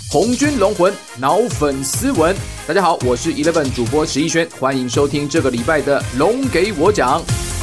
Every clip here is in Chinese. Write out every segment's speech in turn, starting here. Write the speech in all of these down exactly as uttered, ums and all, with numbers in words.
红军龙魂脑粉斯文，大家好，我是 Eleven 主播石一轩，欢迎收听这个礼拜的龙给我讲。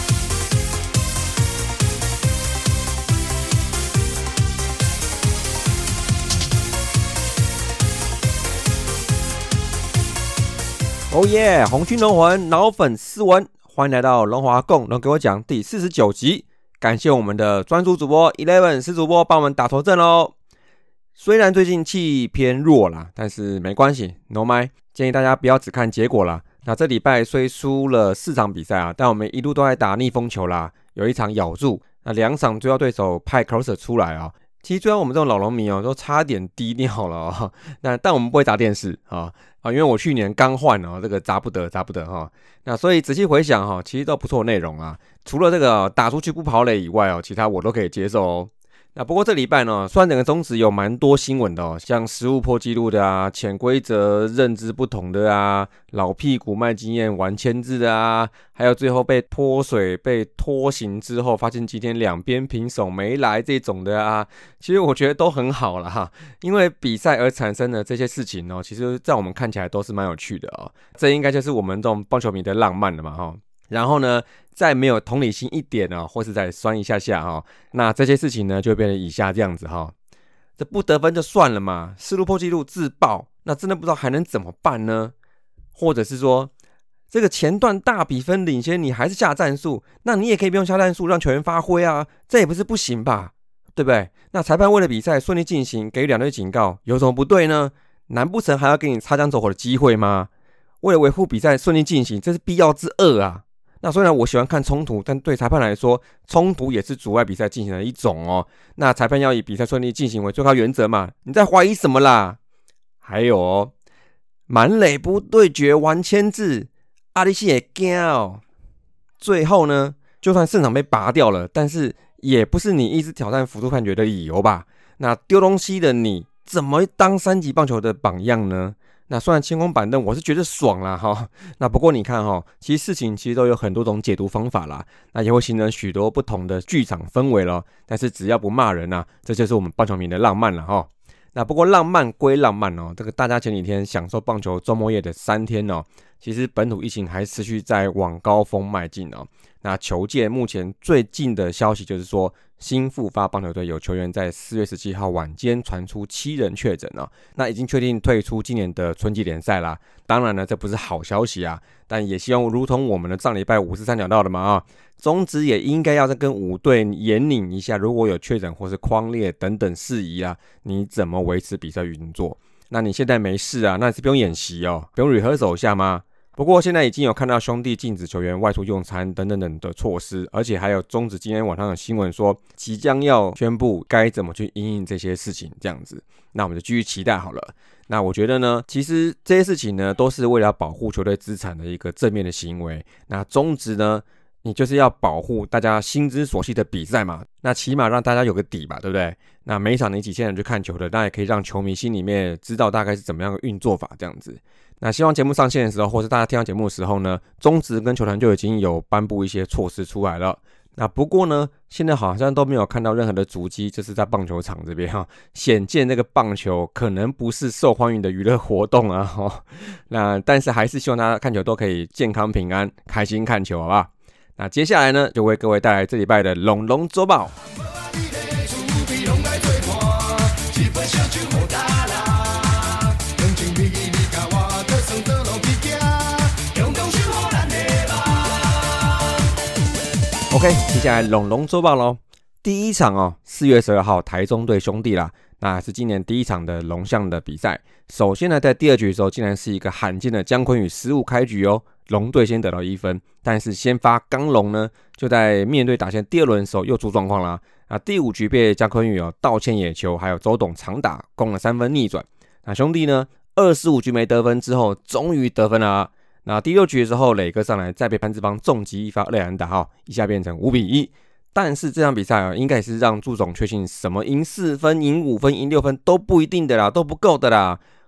哦耶！红军龙魂脑粉斯文，欢迎来到龙华共龙给我讲第四十九集。感谢我们的专属主播 Eleven 是主播帮我们打头阵喽。虽然最近气偏弱啦，但是没关系 ，No mind。建议大家不要只看结果啦。那这礼拜虽输了四场比赛啊，但我们一路都在打逆风球啦。有一场咬住，那两场最后对手派 closer 出来啊。其实，虽然我们这种老龙迷哦，都差点低尿了哦，那但我们不会砸电视啊啊，因为我去年刚换哦，这个砸不得，砸不得哈、哦。那所以仔细回想哈、哦，其实都不错的内容啊。除了这个打出去不跑垒以外哦，其他我都可以接受哦。那不过这礼拜呢，虽然整个中职有蛮多新闻的哦，像失误破纪录的啊，潜规则认知不同的啊，老屁股卖经验玩签字的啊，还有最后被泼水被拖行之后，发现今天两边平手没来这种的啊，其实我觉得都很好啦哈，因为比赛而产生的这些事情哦，其实在我们看起来都是蛮有趣的哦，这应该就是我们这种棒球迷的浪漫了嘛哈。然后呢，再没有同理心一点哦，或是再酸一下下哈、哦，那这些事情呢就会变成以下这样子哈、哦。这不得分就算了嘛，失误破纪录自爆，那真的不知道还能怎么办呢？或者是说，这个前段大比分领先，你还是下战术，那你也可以不用下战术，让球员发挥啊，这也不是不行吧？对不对？那裁判为了比赛顺利进行，给予两队警告，有什么不对呢？难不成还要给你擦枪走火的机会吗？为了维护比赛顺利进行，这是必要之恶啊！那虽然我喜欢看冲突，但对裁判来说，冲突也是阻碍比赛进行的一种哦。那裁判要以比赛顺利进行为最高原则嘛？你在怀疑什么啦？还有哦，满垒不对决玩签字，阿里西也惊哦。最后呢，就算胜场被拔掉了，但是也不是你一直挑战辅助判决的理由吧？那丢东西的你，怎么当三级棒球的榜样呢？那虽然清空板凳我是觉得爽啦哈，那不过你看哈，其实事情其实都有很多种解读方法啦，那也会形成许多不同的剧场氛围咯。但是只要不骂人啊，这就是我们棒球迷的浪漫了哈。那不过浪漫归浪漫哦，这个大家前几天享受棒球周末夜的三天哦，其实本土疫情还持续在往高峰迈进哦。那球界目前最近的消息就是说，新复发棒球队有球员在四月十七号晚间传出七人确诊哦，那已经确定退出今年的春季联赛啦。当然呢，这不是好消息啊，但也希望如同我们的上礼拜五十三讲到的嘛啊，中职也应该要再跟五队研拟一下，如果有确诊或是匡列等等事宜啊，你怎么维持比赛运作？那你现在没事啊，那你是不用演习哦，不用 rehearsal 一下吗？不过现在已经有看到兄弟禁止球员外出用餐等等等的措施，而且还有中职今天晚上的新闻说，即将要宣布该怎么去因应这些事情，这样子，那我们就继续期待好了。那我觉得呢，其实这些事情呢，都是为了保护球队资产的一个正面的行为。那中职呢，你就是要保护大家心之所系的比赛嘛，那起码让大家有个底吧，对不对？那每一场你几千人去看球的，那也可以让球迷心里面知道大概是怎么样的运作法，这样子。那希望节目上线的时候，或是大家听到节目的时候呢，中职跟球团就已经有颁布一些措施出来了。那不过呢，现在好像都没有看到任何的足迹，就是在棒球场这边哈，显见那个棒球可能不是受欢迎的娱乐活动啊哈。那但是还是希望大家看球都可以健康平安，开心看球，好不好？那接下来呢，就为各位带来这礼拜的龙龙周报。OK， 接下来龙龙周报咯。第一场哦，四月十二号台中对兄弟啦，那是今年第一场的龙象的比赛。首先呢，在第二局的时候，竟然是一个罕见的姜昆宇失误开局哦，龙队先得到一分，但是先发刚龙呢，就在面对打线第二轮的时候又出状况啦。啊，第五局被姜昆宇哦道歉野球，还有周董长打攻了三分逆转。那兄弟呢，二十五局没得分之后，终于得分了啊。那第六局的时候，磊哥上来再被潘志邦重击一发二垒安打，哈，一下变成五比一。但是这场比赛啊，应该也是让朱总确信什么赢四分、赢五分、赢六分都不一定的啦，都不够的啦。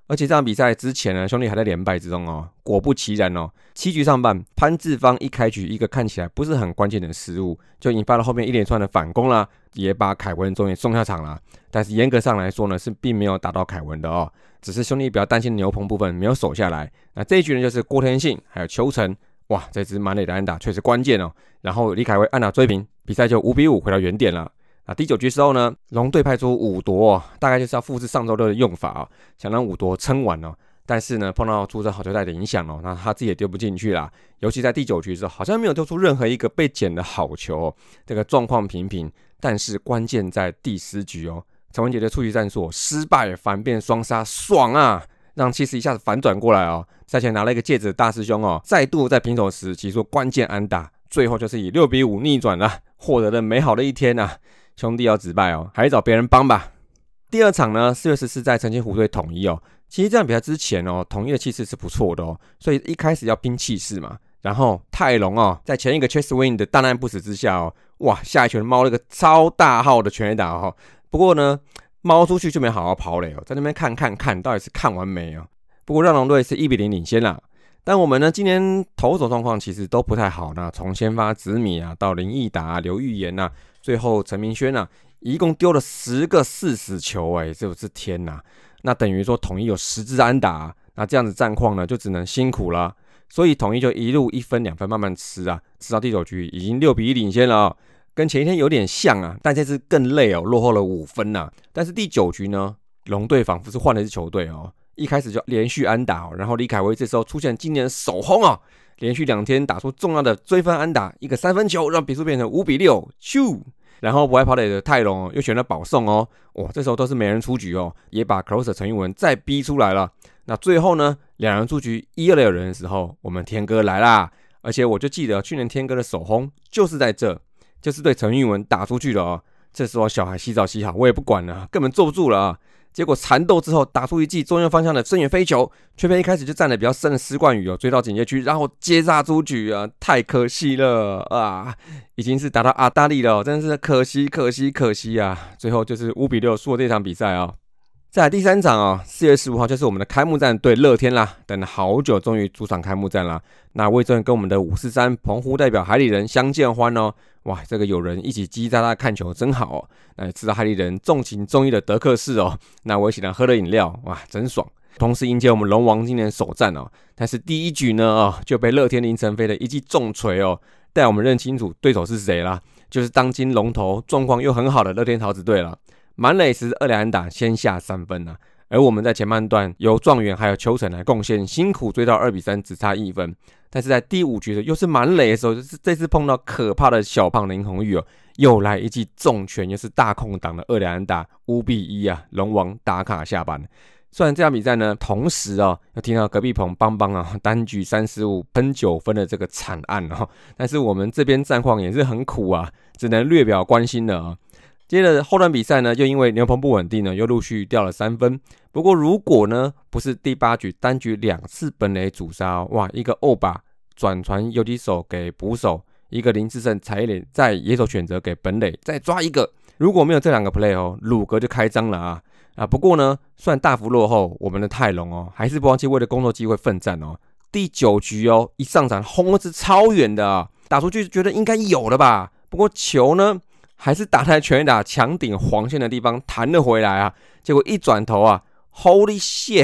而且这场比赛之前呢，兄弟还在连败之中哦。果不其然哦，七局上半，潘志芳一开局一个看起来不是很关键的失误，就引发了后面一连串的反攻啦，也把凯文终于送下场啦。但是严格上来说呢，是并没有打到凯文的哦，只是兄弟比较担心的牛棚部分没有守下来。那这一局呢，就是郭天信还有邱成，哇，这支满垒的安打确实关键哦。然后李凯威安打追平，比赛就五比五回到原点了。那第九局之后呢，龙队派出五夺、哦，大概就是要复制上周六的用法哦，想让五夺撑完哦。但是呢，碰到出这好球带的影响哦，那他自己也丢不进去啦。尤其在第九局之后，好像没有丢出任何一个被捡的好球、哦，这个状况平平。但是关键在第十局哦，陈文杰的出局战术失败，反变双杀，爽啊！让气势一下子反转过来哦。赛前拿了一个戒指的大师兄哦，再度在平手时击出关键安打，最后就是以六比五逆转了，获得了美好的一天啊！兄弟要止败哦，还是找别人帮吧。第二场呢，四月十四在澄清湖队统一哦。其实这场比赛之前哦，统一的气势是不错的哦，所以一开始要拼气势嘛。然后泰隆哦，在前一个 Chase Win 的大难不死之下哦，哇，下一拳猫了一个超大号的全垒打哦。不过呢，猫出去就没好好跑垒哦，在那边看看看，到底是看完没哦？不过让龙队是一比零领先啦。但我们呢，今年投手状况其实都不太好。那从先发子米啊，到林奕达、啊、刘玉言啊，最后陈明轩啊，一共丢了十个四死球，哎，这是天哪！那等于说统一有十支安打、啊，那这样子战况呢，就只能辛苦了。所以统一就一路一分两分慢慢吃啊，吃到第九局已经六比一领先了、哦，跟前一天有点像啊，但这次更累哦，落后了五分呐、啊。但是第九局呢，龙队仿佛是换了一支球队哦。一开始就连续安打、哦，然后李凯威这时候出现今年的首轰哦，连续两天打出重要的追分安打，一个三分球让比数变成五比六，咻！然后不爱跑垒的泰隆、哦、又选了保送哦，哇，这时候都是没人出局哦，也把 closer 陈玉文再逼出来了。那最后呢，两人出局一二垒有人的时候，我们天哥来啦，而且我就记得去年天哥的首轰就是在这，就是对陈玉文打出去了哦。这时候小孩洗澡洗好，我也不管了，根本坐不住了啊。结果缠斗之后打出一记中右方向的深远飞球，却被一开始就站得比较深的施冠宇哦追到警戒区，然后接炸出局啊，太可惜了啊！已经是打到阿达利了、哦，真的是可惜可惜可惜啊！最后就是五比六输了这场比赛啊、哦。再来第三场哦，四月十五号就是我们的开幕战对乐天啦，等了好久，终于主场开幕战啦。那魏正跟我们的五四三澎湖代表海里人相见欢哦，哇，这个有人一起叽叽喳喳看球真好哦。那知道海里人重情重义的德克士哦，那我一起来喝了饮料，哇，真爽。同时迎接我们龙王今年首战哦，但是第一局呢哦就被乐天林承飞的一记重锤哦，带我们认清楚对手是谁啦，就是当今龙头状况又很好的乐天桃子队了。满垒时二垒安打先下三分啊，而我们在前半段由状元还有邱成来贡献，辛苦追到二比三，只差一分。但是在第五局的又是满垒的时候，就是这次碰到可怕的小胖林红玉哦，又来一记重拳，又是大空档的二垒安打，五比一啊，龙王打卡下班。虽然这场比赛呢，同时哦，又听到隔壁棚邦邦啊单局三失误喷九分的这个惨案哦，但是我们这边战况也是很苦啊，只能略表关心了啊、哦。接着后段比赛呢，又因为牛棚不稳定呢，又陆续掉了三分。不过如果呢不是第八局单局两次本垒阻杀、哦，哇，一个欧巴转传游击手给捕手，一个林志胜踩垒在野手选择给本垒，再抓一个。如果没有这两个 play 哦，鲁格就开张了啊啊！不过呢，虽然大幅落后，我们的泰隆哦，还是不忘记为了工作机会奋战哦。第九局哦，一上场轰的是超远的、啊，打出去觉得应该有了吧？不过球呢？还是打在全垒打墙顶黄线的地方弹了回来啊！结果一转头啊 ，Holy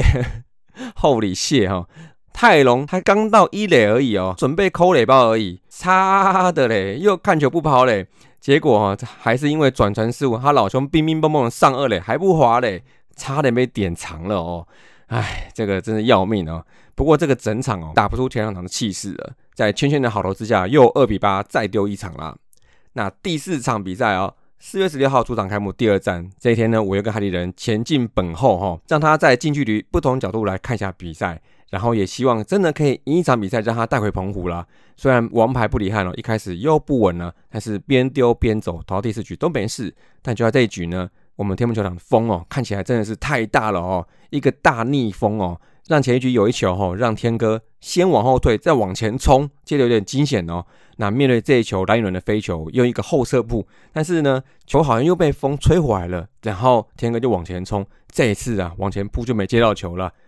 shit，Holy shit 哈、哦！泰隆他刚到一垒而已哦，准备抠垒包而已，差的嘞，又看球不跑嘞，结果哦，还是因为转传失误，他老兄乒乒乓乓的上二垒还不滑嘞，差点被点长了哦！哎，这个真是要命哦！不过这个整场哦，打不出前两场的气势了，在圈圈的好投之下，又二比八再丢一场啦。那第四场比赛哦，四月十六号主场开幕第二战，这一天呢，我又跟海里人前进本后哈、哦，让他在近距离不同角度来看一下比赛，然后也希望真的可以赢一场比赛，让他带回澎湖啦。虽然王牌不离汉哦，一开始又不稳了，但是边丢边走，投到第四局都没事。但就在这一局呢，我们天母球场的风哦，看起来真的是太大了哦，一个大逆风哦。让前一局有一球、哦、让天哥先往后退，再往前冲，接得有点惊险哦。那面对这一球蓝羽伦的飞球，用一个后撤步，但是呢，球好像又被风吹回来了，然后天哥就往前冲，这一次啊，往前扑就没接到球了，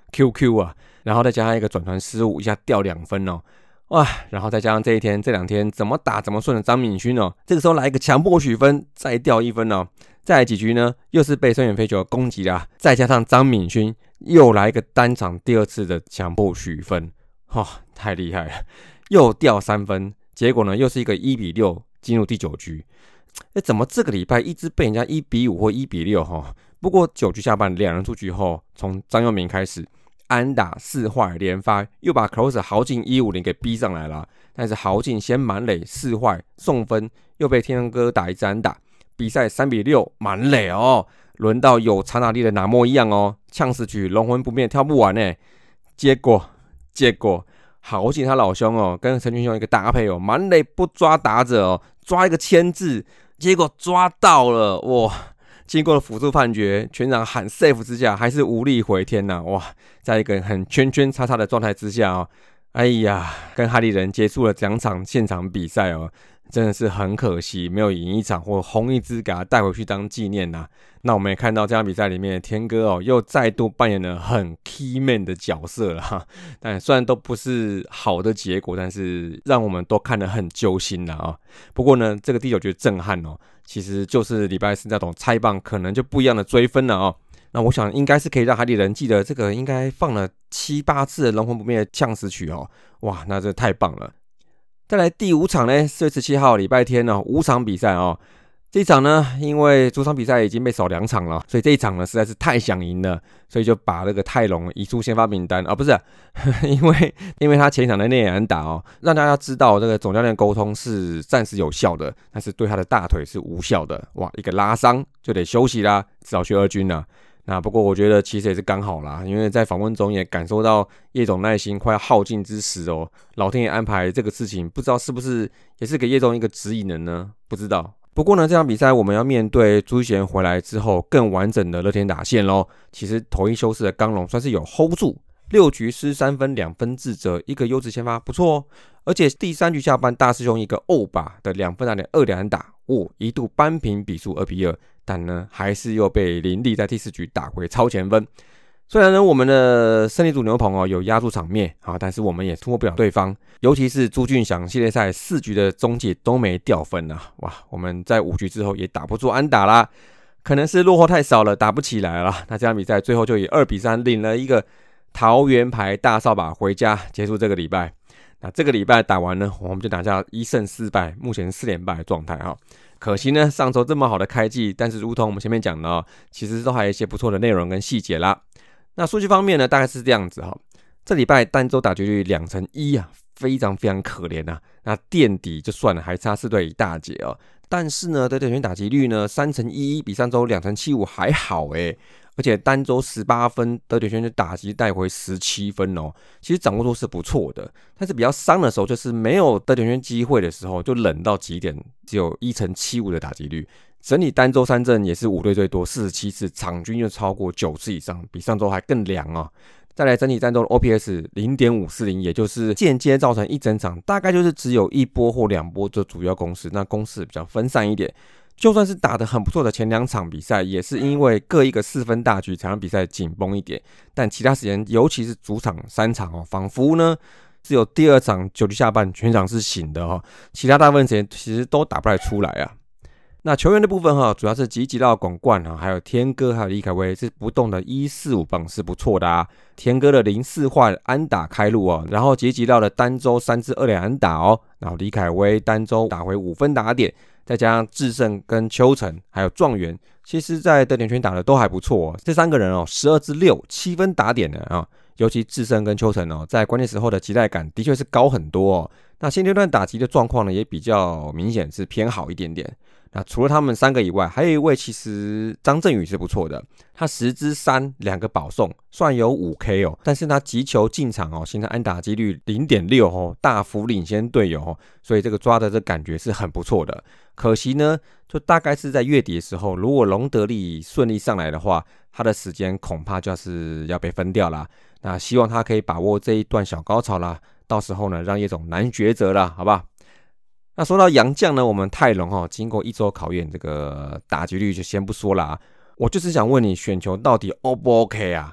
Q Q 啊，然后再加上一个转传失误，一下掉两分哦。哇，然后再加上这一天这两天怎么打怎么顺的张敏勋哦，这个时候来一个强迫取分，再掉一分哦。再来几局呢，又是被深远飞球攻击啦，再加上张敏勋又来一个单场第二次的强迫取分，哇、哦，太厉害了，又掉三分，结果呢又是一个一比六进入第九局。哎，怎么这个礼拜一直被人家一比五或一比六哈？不过九局下半两人出局后，从张佑铭开始。安打四坏连发，又把 closer 豪进一五零给逼上来了。但是豪进先满垒四坏送分，又被天哥打一支安打，比赛三比六满垒哦。轮到有长打力的拿莫一样哦，呛死局龙魂不灭跳不完呢。结果结果豪进他老兄哦，跟陈俊兄一个搭配哦，满垒不抓打者哦，抓一个牵制，结果抓到了哇！经过了辅助判决，全场喊 safe 之下，还是无力回天呐、啊！哇，在一个很圈圈叉叉的状态之下哦，哎呀，跟哈利人结束了两场现场比赛哦，真的是很可惜，没有赢一场或红一支给他带回去当纪念呐、啊。那我们也看到这场比赛里面，天哥哦又再度扮演了很 key man 的角色了哈。但虽然都不是好的结果，但是让我们都看得很揪心了啊。不过呢，这个第九局震撼哦。其实就是礼拜四那种拆棒可能就不一样的追分了哦。那我想应该是可以让海里人记得这个应该放了七八次的龙魂不灭的呛死曲哦。哇，那这太棒了。再来第五场呢，四月十七号礼拜天哦，五场比赛哦。这一场呢，因为主场比赛已经被少两场了，所以这一场呢实在是太想赢了，所以就把那个泰隆移出先发名单啊，不是、啊，因为因为他前一场的内野安打哦，让大家知道这个总教练沟通是暂时有效的，但是对他的大腿是无效的，哇，一个拉伤就得休息啦，只好去二军了。那不过我觉得其实也是刚好啦，因为在访问中也感受到叶总耐心快要耗尽之时哦，老天爷安排这个事情，不知道是不是也是给叶总一个指引的呢？不知道。不过呢，这场比赛我们要面对朱一贤回来之后更完整的乐天打线咯。其实头一休士的刚龙算是有 hold 住，六局失三分，两分自责，一个优质先发，不错哦。而且第三局下半大师兄一个欧把的两分打点二两打，哦，一度扳平比数二比二，但呢还是又被林立在第四局打回超前分。虽然呢，我们的胜利组牛棚哦有压住场面啊，但是我们也突破不了对方，尤其是朱俊祥系列赛四局的中继都没掉分啊，哇，我们在五局之后也打不出安打啦，可能是落后太少了，打不起来了。那这场比赛最后就以二比三领了一个桃园牌大扫把回家，结束这个礼拜。那这个礼拜打完呢，我们就拿下一胜四败，目前四连败的状态哈。可惜呢，上周这么好的开季，但是如同我们前面讲的哦，其实都还有一些不错的内容跟细节啦。那数据方面呢，大概是这样子哈。这礼拜单周打击率两成一啊，非常非常可怜啊。那垫底就算了，还差四队一大截哦。但是呢，得点圈打击率呢三成一，比上周两成七五还好诶。而且单周十八分，得点圈就打击带回十七分哦。其实掌握度是不错的，但是比较伤的时候，就是没有得点圈机会的时候，就冷到极点，只有一成七五的打击率。整体单周三振也是五队最多四十七次，场均就超过九次以上，比上周还更凉哦。再来整体单周的 O P S 零点五四零， 也就是间接造成一整场大概就是只有一波或两波的主要攻势，那攻势比较分散一点。就算是打得很不错的前两场比赛，也是因为各一个四分大局才让比赛紧绷一点。但其他时间，尤其是主场三场哦，仿佛呢只有第二场九局下半全场是醒的哦，其他大部分时间其实都打不太出来啊。那球员的部分哈，主要是吉吉到广冠啊，还有天哥还有李凯威是不动的一四五棒是不错的啊。天哥的零四换安打开路哦，然后吉吉到了单周三支二垒安打哦，然后李凯威单周打回五分打点，再加上智胜跟邱成还有状元，其实在得点圈打的都还不错哦。这三个人哦，十二支六七分打点的啊，尤其智胜跟邱成哦，在关键时候的期待感的确是高很多哦。那现阶段打击的状况呢，也比较明显是偏好一点点。那除了他们三个以外，还有一位其实张振宇是不错的，他十支三两个保送，算有 五 K 哦，但是他击球进场哦，形成安打几率 零点六 哦，大幅领先队友哦，所以这个抓的这感觉是很不错的。可惜呢，就大概是在月底的时候，如果隆德利顺利上来的话，他的时间恐怕就是要被分掉啦。那希望他可以把握这一段小高潮啦，到时候呢，让叶总难抉择啦，好吧？那说到洋将呢，我们泰隆哦，经过一周考验，这个打击率就先不说啦。我就是想问你，选球到底 O 不 OK 啊？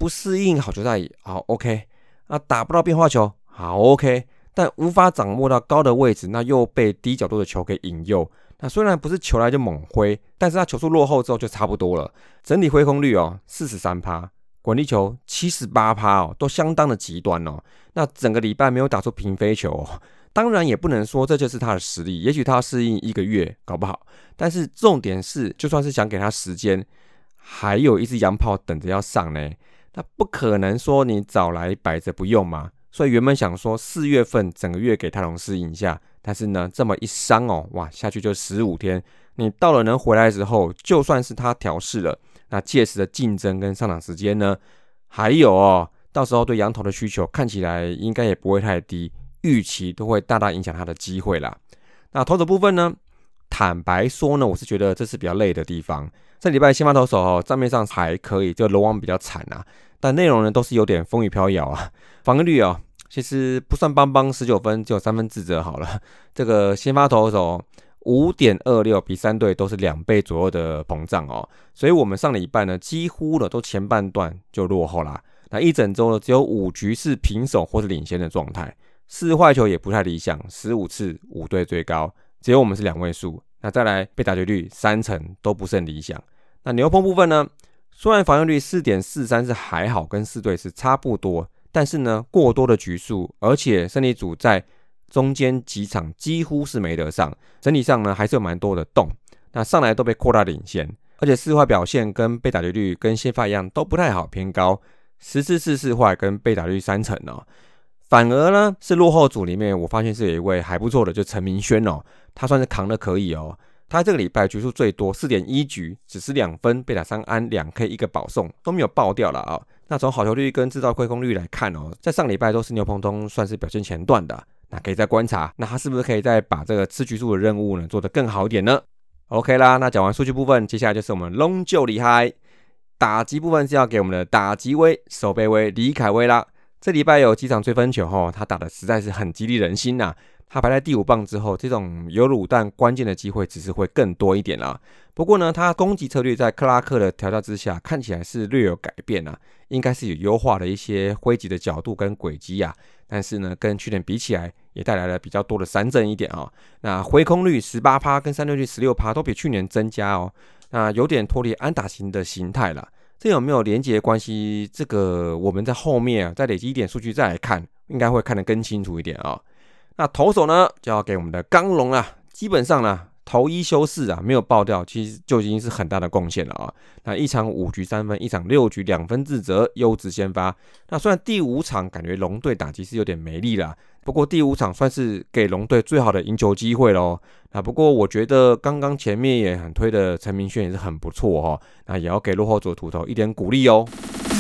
不适应好球带好 OK， 那打不到变化球好 OK， 但无法掌握到高的位置，那又被低角度的球给引诱。那虽然不是球来就猛挥，但是他球速落后之后就差不多了。整体挥空率哦 百分之四十三， 滚地球 百分之七十八 哦，都相当的极端哦。那整个礼拜没有打出平飞球哦，当然也不能说这就是他的实力，也许他要适应一个月搞不好。但是重点是，就算是想给他时间，还有一支洋炮等着要上呢。那不可能说你早来摆着不用嘛。所以原本想说四月份整个月给泰隆适应一下，但是呢这么一伤哦，哇下去就十五天，你到了能回来的时候，就算是他调试了，那届时的竞争跟上场时间呢，还有哦，到时候对洋投的需求看起来应该也不会太低，预期都会大大影响他的机会啦。那投手部分呢，坦白说呢，我是觉得这是比较累的地方。这礼拜先发投手哦，账面上还可以，就罗网比较惨啊，但内容呢都是有点风雨飘摇啊。防御率哦，其实不算邦邦十九分，只有三分自责好了。这个先发投手 五点二六 比三队都是两倍左右的膨胀哦，所以我们上礼拜呢几乎了都前半段就落后啦。那一整周呢只有五局是平手或是领先的状态，四坏球也不太理想，十五次五队最高，只有我们是两位数。那再来被打击率三成都不是很理想。那牛棚部分呢，虽然防御率 四点四三 是还好，跟四队是差不多。但是呢，过多的局数，而且胜利组在中间几场几乎是没得上，整体上呢还是有蛮多的洞，那上来都被扩大领先，而且四坏表现跟被打击率跟先发一样都不太好，偏高，十次四四坏跟被打率三成哦。反而呢是落后组里面，我发现是有一位还不错的，就陈明轩哦，他算是扛的可以哦。他这个礼拜局数最多 四点一 局，只是两分，被打三安，两 K 一个保送，都没有爆掉了啊、哦。那从好球率跟制造亏空率来看哦，在上礼拜都是牛棚中算是表现前段的，那可以再观察，那他是不是可以再把这个吃局数的任务呢做得更好一点呢 ？OK 啦，那讲完数据部分，接下来就是我们龙就厉害，打击部分是要给我们的打击威、守备威李凯威啦。这礼拜有几场追分球哦，他打的实在是很激励人心呐、啊。他排在第五棒之后，这种有卤蛋关键的机会只是会更多一点啦。不过呢，他攻击策略在克拉克的调教之下，看起来是略有改变啦，应该是有优化了一些挥击的角度跟轨迹啊。但是呢，跟去年比起来，也带来了比较多的三振一点啊、哦。那挥空率 百分之十八 跟三振率 百分之十六 都比去年增加哦。那有点脱离安打型的形态啦。这有没有连结关系？这个我们在后面啊，再累积一点数据再来看，应该会看得更清楚一点啊、哦。那投手呢，就要给我们的刚龙啊，基本上呢，投一休四啊，没有爆掉，其实就已经是很大的贡献了啊。那一场五局三分，一场六局两分自责，优质先发。那虽然第五场感觉龙队打击是有点没力啦，不过第五场算是给龙队最好的赢球机会咯。那不过我觉得刚刚前面也很推的陈明轩也是很不错哦，那也要给落后组的土头一点鼓励哦。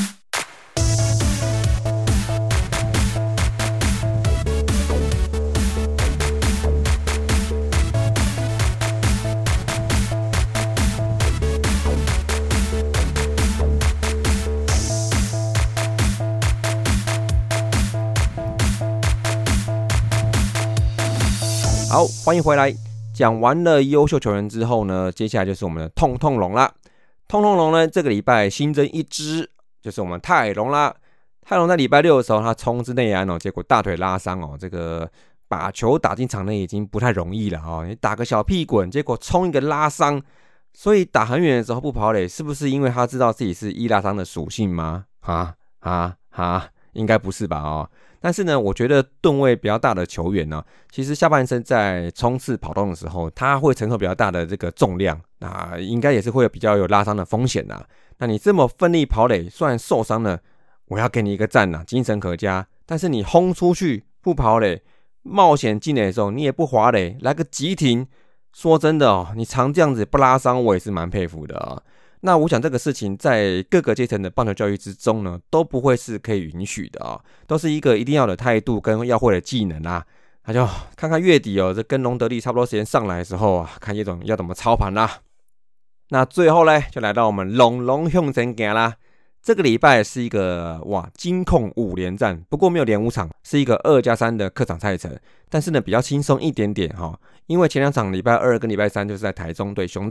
好，欢迎回来。讲完了优秀球员之后呢，接下来就是我们的痛痛龙啦。痛痛龙呢，这个礼拜新增一支，就是我们泰龙啦。泰龙在礼拜六的时候，他冲至内安哦，结果大腿拉伤哦，这个把球打进场内已经不太容易了哦。你打个小屁滚，结果冲一个拉伤，所以打很远的时候不跑垒，是不是因为他知道自己是易拉伤的属性吗？啊啊啊，应该不是吧哦。但是呢，我觉得吨位比较大的球员呢，其实下半身在冲刺跑动的时候，他会承受比较大的这个重量，那应该也是会有比较有拉伤的风险呐。那你这么奋力跑垒，虽然受伤了，我要给你一个赞呐，精神可嘉。但是你轰出去不跑垒，冒险进垒的时候，你也不滑垒，来个急停，说真的哦，你常这样子不拉伤，我也是蛮佩服的啊、哦。那我想这个事情在各个阶层的棒球教育之中呢，都不会是可以允许的啊、哦，都是一个一定要的态度跟要会的技能啊。那就看看月底哦，这跟龙德利差不多时间上来的时候，看叶总要怎么操盘啦。那最后呢，就来到我们龙龙向前行啦。这个礼拜是一个哇金控五连战，不过没有连五场，是一个二加三的客场赛程，但是呢比较轻松一点点哈、哦，因为前两场礼拜二跟礼拜三就是在台中对兄弟。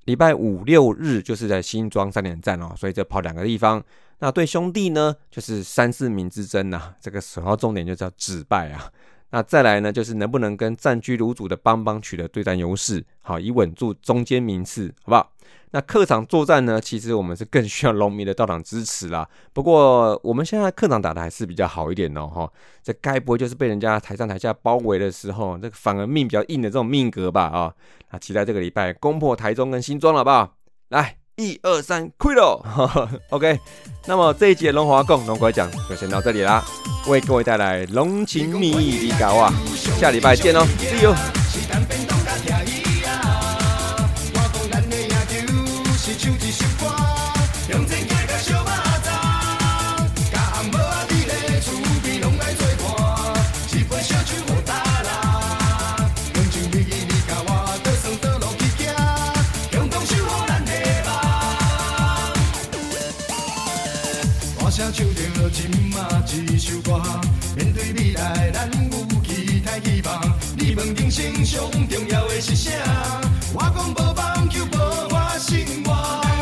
礼拜五六日就是在新庄三连战哦，所以就跑两个地方。那对兄弟呢，就是三四名之争啊，这个首要重点就是要止败啊。那再来呢，就是能不能跟占据卤煮的邦邦取得对战优势，好，以稳住中间名次，好不好？那客场作战呢，其实我们是更需要农民的到场支持啦。不过我们现在客场打的还是比较好一点哦，哈，这该不会就是被人家台上台下包围的时候，这个反而命比较硬的这种命格吧？啊，那期待这个礼拜攻破台中跟新庄了，好不好？来，一二三，开喽 ！OK， 那么这一集的龙华共龙鬼讲就先到这里啦，为各位带来龙情蜜意离搞啊，下礼拜见哦 ，See you。唱一首歌，向前行甲小肉粽，甲红帽仔你咧厝边拢来做伴，一杯烧酒好打啦。用情蜜意你甲我，倒算倒路去行，共同守护咱的梦。大声唱着今嘛一首歌，面对未来咱有期待希望。你问人生上重要的是啥？我讲无望求无我生活。